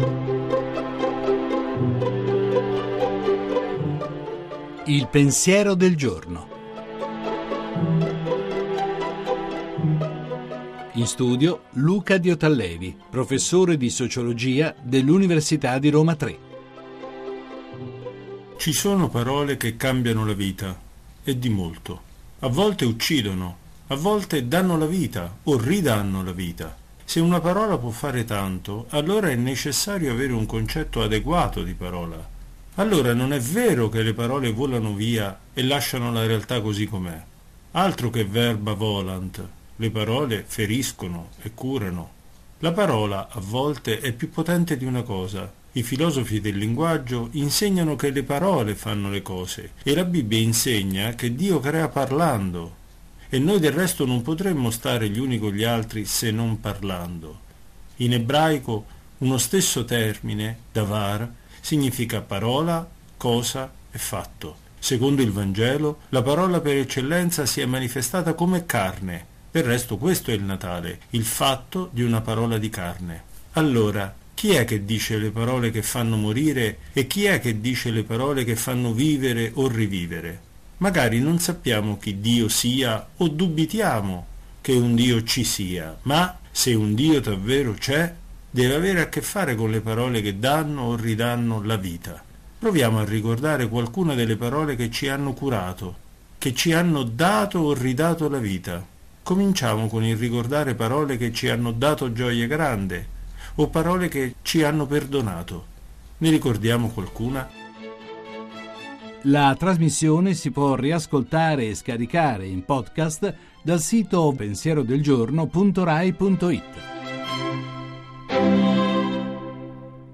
Il pensiero del giorno. In studio Luca Diotallevi, professore di sociologia dell'Università di Roma III. Ci sono parole che cambiano la vita, e di molto. A volte uccidono, a volte danno la vita o ridanno la vita. Se una parola può fare tanto, allora è necessario avere un concetto adeguato di parola. Allora non è vero che le parole volano via e lasciano la realtà così com'è. Altro che verba volant. Le parole feriscono e curano. La parola a volte è più potente di una cosa. I filosofi del linguaggio insegnano che le parole fanno le cose e la Bibbia insegna che Dio crea parlando. E noi del resto non potremmo stare gli uni con gli altri se non parlando. In ebraico uno stesso termine, davar, significa parola, cosa e fatto. Secondo il Vangelo, la parola per eccellenza si è manifestata come carne. Del resto questo è il Natale, il fatto di una parola di carne. Allora, chi è che dice le parole che fanno morire e chi è che dice le parole che fanno vivere o rivivere? Magari non sappiamo chi Dio sia o dubitiamo che un Dio ci sia, ma se un Dio davvero c'è, deve avere a che fare con le parole che danno o ridanno la vita. Proviamo a ricordare qualcuna delle parole che ci hanno curato, che ci hanno dato o ridato la vita. Cominciamo con il ricordare parole che ci hanno dato gioia grande o parole che ci hanno perdonato. Ne ricordiamo qualcuna? La trasmissione si può riascoltare e scaricare in podcast dal sito pensierodelgiorno.rai.it.